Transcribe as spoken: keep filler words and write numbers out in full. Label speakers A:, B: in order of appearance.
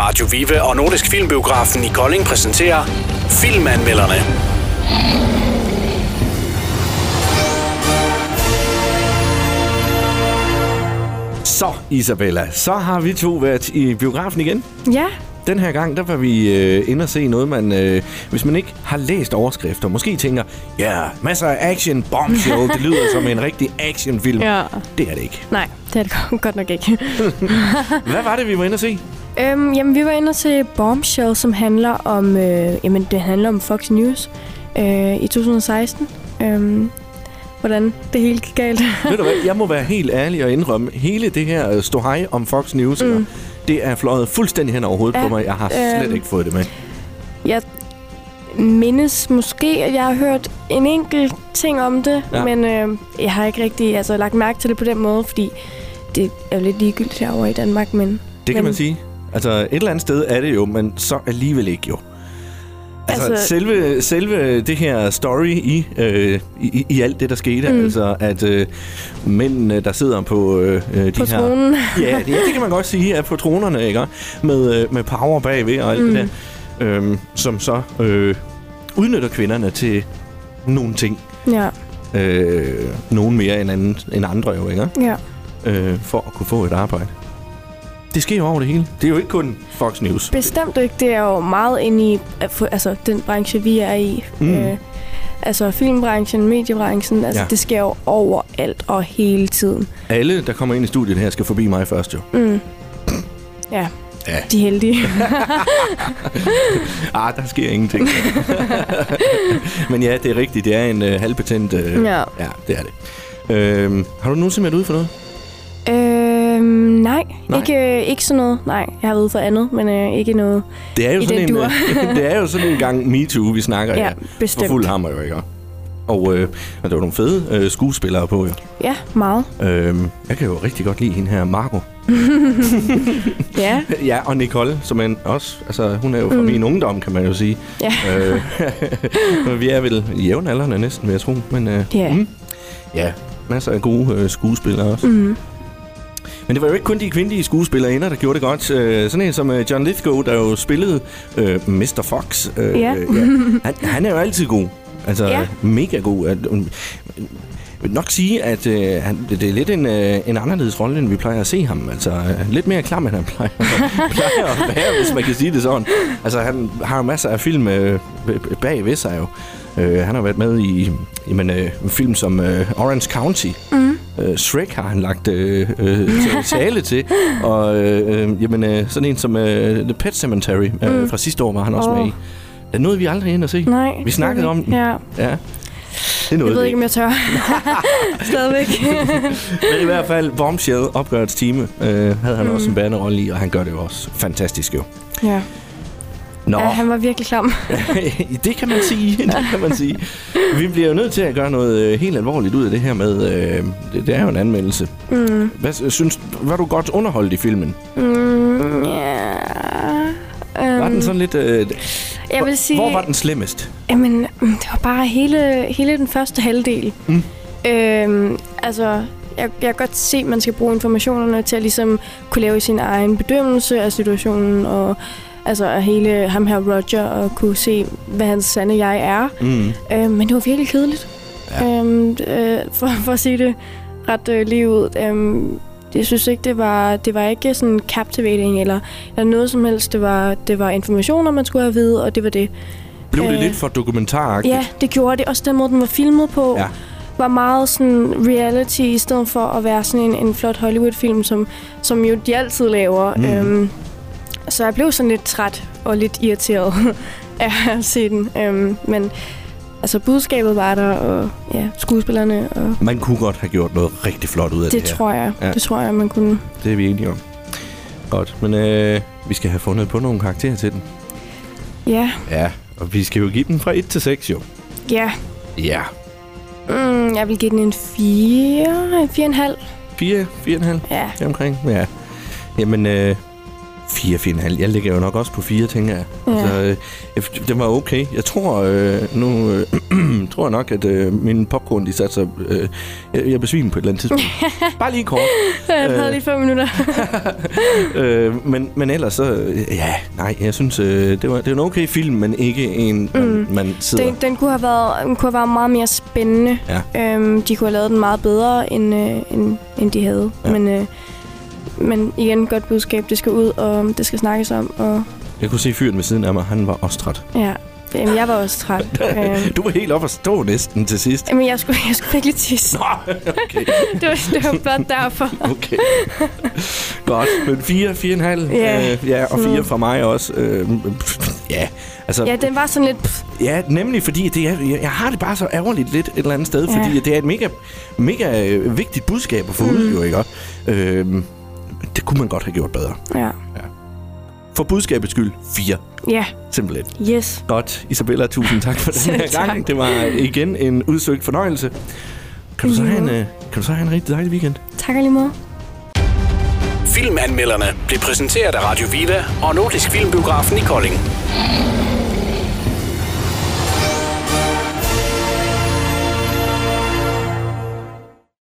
A: Radio Vive og Nordisk Filmbiografen i Kolding præsenterer Filmanmelderne.
B: Så, Isabella, så har vi to været i biografen igen.
C: Ja.
B: Den her gang, der var vi øh, inde og se noget, man, øh, hvis man ikke har læst overskrifter, måske tænker, ja, yeah, masser af action, bombshell, det lyder som en rigtig actionfilm.
C: Ja.
B: Det er det ikke.
C: Nej, det er det godt nok ikke.
B: Hvad var det, vi var inde at se?
C: Øhm, jamen, vi var inde og se Bombshell, som handler om, øh, jamen, det handler om Fox News øh, i to tusind og seksten. Øhm, hvordan det hele gik galt.
B: Ved du hvad, jeg må være helt ærlig og indrømme, hele det her ståhej om Fox News, mm. det er fløjet fuldstændig hen over hovedet ja, på mig. Jeg har slet øh, ikke fået det med.
C: Jeg mindes måske, at jeg har hørt en enkelt ting om det, ja. men øh, jeg har ikke rigtig altså, lagt mærke til det på den måde, fordi det er jo lidt ligegyldigt herovre i Danmark. Men,
B: det kan
C: men,
B: man sige. Altså, et eller andet sted er det jo, men så alligevel ikke jo. Altså, altså selve, selve det her story i, øh, i, i alt det, der skete, mm. altså at øh, mændene, der sidder på øh, de
C: på
B: her...
C: tronen.
B: Ja, det, det kan man godt sige, er på tronerne, ikke? Med, øh, med power bagved og alt mm. det der, øh, som så øh, udnytter kvinderne til nogle ting.
C: Ja.
B: Øh, nogen mere end, anden, end andre jo, ikke?
C: Ja.
B: Øh, for at kunne få et arbejde. Det sker jo over det hele. Det er jo ikke kun Fox News.
C: Bestemt ikke. Det er jo meget inde i altså, den branche, vi er i. Mm. Øh, altså filmbranchen, mediebranchen. Altså, ja. Det sker jo overalt og hele tiden.
B: Alle, der kommer ind i studiet her, skal forbi mig først jo.
C: Mm. Ja. Ja. De er heldige.
B: ah, der sker ingenting. Men ja, det er rigtigt. Det er en uh, halvbetændt... Uh,
C: ja.
B: Ja, det er det. Uh, har du nogensinde været ude for noget?
C: Øhm, nej, nej. Ikke, ikke sådan noget. Nej, jeg har været for andet, men øh, ikke noget.
B: Det er jo sådan en, det er jo sådan en gang MeToo, vi snakker
C: ja,
B: ja,
C: bestemt.
B: For fuld hammer jo, ikke? Og øh, der var nogle fede øh, skuespillere på, jo.
C: Ja, meget.
B: Øh, jeg kan jo rigtig godt lide hende her, Margot.
C: Ja.
B: Ja, og Nicole, som en også, altså hun er jo fra mm. min ungdom, kan man jo sige.
C: Ja.
B: Øh, vi er vel jævnaldrende næsten, vil jeg tro. Men øh,
C: yeah.
B: mm, ja, masser af gode øh, skuespillere også.
C: Mm.
B: Men det var jo ikke kun de kvindelige skuespillere, der gjorde det godt. Øh, sådan en som øh, John Lithgow, der jo spillede øh, mister Fox. Øh,
C: ja.
B: ja. Han, han er jo altid god. Altså, ja. Mega god. Jeg vil nok sige, at øh, han, det er lidt en, øh, en anderledes rolle, end vi plejer at se ham. Altså, øh, lidt mere klam, end han plejer, plejer at være, hvis man kan sige det sådan. Altså, han har jo masser af film øh, bag ved sig jo. Øh, han har været med i jamen, øh, en film som øh, Orange County. Mm. Øh, Shrek har han lagt øh, øh, tale til. Og øh, jamen, øh, sådan en som øh, The Pet Cemetery øh, mm. fra sidste år var han også oh. med i. Det er noget, vi aldrig ind at se.
C: Nej,
B: vi snakkede om den.
C: Ja.
B: Ja. Det er noget,
C: jeg ved ikke, om jeg tør. Stadigvæk.
B: Men i hvert fald, Bombshell, opgørets time, øh, havde han mm. også en bærende rolle i, og han gør det jo også fantastisk jo.
C: Ja.
B: Nå.
C: Ja, han var virkelig klam.
B: Det kan man sige, det kan man sige. Vi bliver jo nødt til at gøre noget helt alvorligt ud af det her med, øh, det, det er jo en anmeldelse. Mm. Hvad synes, var du godt underholdt i filmen?
C: Mm, yeah. um,
B: var den sådan lidt... Øh,
C: jeg vil sige,
B: hvor var den slemmest?
C: Jamen, det var bare hele, hele den første halvdel. Mm. Øhm, altså, jeg, jeg kan godt se, at man skal bruge informationerne til at ligesom kunne lave sin egen bedømmelse af situationen, og altså at hele ham her Roger, og kunne se, hvad hans sande jeg er. Mm. Øhm, men det var virkelig kedeligt. Ja. Øhm, øh, for, for at sige det ret øh, lige ud. Øhm, jeg synes ikke, det var, det var ikke sådan captivating eller, eller noget som helst. Det var, det var informationer, man skulle have vide, og det var det.
B: Blev det øh, lidt for dokumentaragtigt?
C: Ja, det gjorde det. Også den måde, den var filmet på, ja. var meget sådan reality, i stedet for at være sådan en, en flot Hollywood-film, som, som jo de altid laver. Mm. Øhm, så jeg blev sådan lidt træt og lidt irriteret af at se den. Øhm, men altså, budskabet var der, og ja, skuespillerne. Og
B: man kunne godt have gjort noget rigtig flot ud af det,
C: det
B: her.
C: Tror jeg.
B: Ja.
C: Det tror jeg, man kunne.
B: Det er vi enige om. Godt, men øh, vi skal have fundet på nogle karakterer til den.
C: Ja.
B: Ja, og vi skal jo give den fra et til seks, jo.
C: Ja.
B: Ja.
C: Mm, jeg vil give den en fire, en fire og en halv.
B: fire, fire og en halv?
C: Ja.
B: Omkring, ja. Jamen, øh, fire, fire komma fem. Jeg ligger jo nok også på fire, tænker jeg. Ja. Altså, øh, det var okay. Jeg tror øh, nu øh, tror jeg nok, at øh, min popcorn, de satte sig... Øh, jeg, jeg besvimer på et eller andet tidspunkt. Bare lige kort.
C: Jeg havde lige fem minutter.
B: øh, men, men ellers så... Øh, ja, nej, jeg synes, øh, det, var, det var en okay film, men ikke en, man, mm. man sidder...
C: Den, den, kunne have været, den kunne have været meget mere spændende. Ja. Øhm, de kunne have lavet den meget bedre, end, øh, end, end de havde. Ja. Men... Øh, Men igen, godt budskab. Det skal ud, og det skal snakkes om. Og
B: jeg kunne se fyren ved siden af mig. Han var også træt.
C: Ja, jamen, jeg var også træt.
B: Du var helt op at stå næsten til sidst.
C: Jamen, jeg skulle, jeg skulle virkelig tisse.
B: Nå, okay.
C: det, var, det var blot derfor.
B: Okay. Godt. Men fire, fire og en halv.
C: Ja,
B: øh, ja og fire fra mig også. Øh, ja, altså...
C: Ja, den var sådan lidt... Pff.
B: Ja, nemlig fordi det er, jeg har det bare så ærgerligt lidt et eller andet sted, ja. Fordi det er et mega, mega vigtigt budskab at få mm. ud, jo, ikke? Øh, det kunne man godt have gjort bedre.
C: Ja. Ja.
B: For budskabets skyld, fire.
C: Ja.
B: Simpelthen.
C: Yes.
B: Godt. Isabella, tusind tak for den her gang. Det var igen en udsøgt fornøjelse. Kan du så have en, kan du så have en rigtig dejlig weekend?
C: Tak lige måde.
A: Filmanmelderne blev præsenteret af Radio Viva og Nordisk Filmbiografen i Kolding.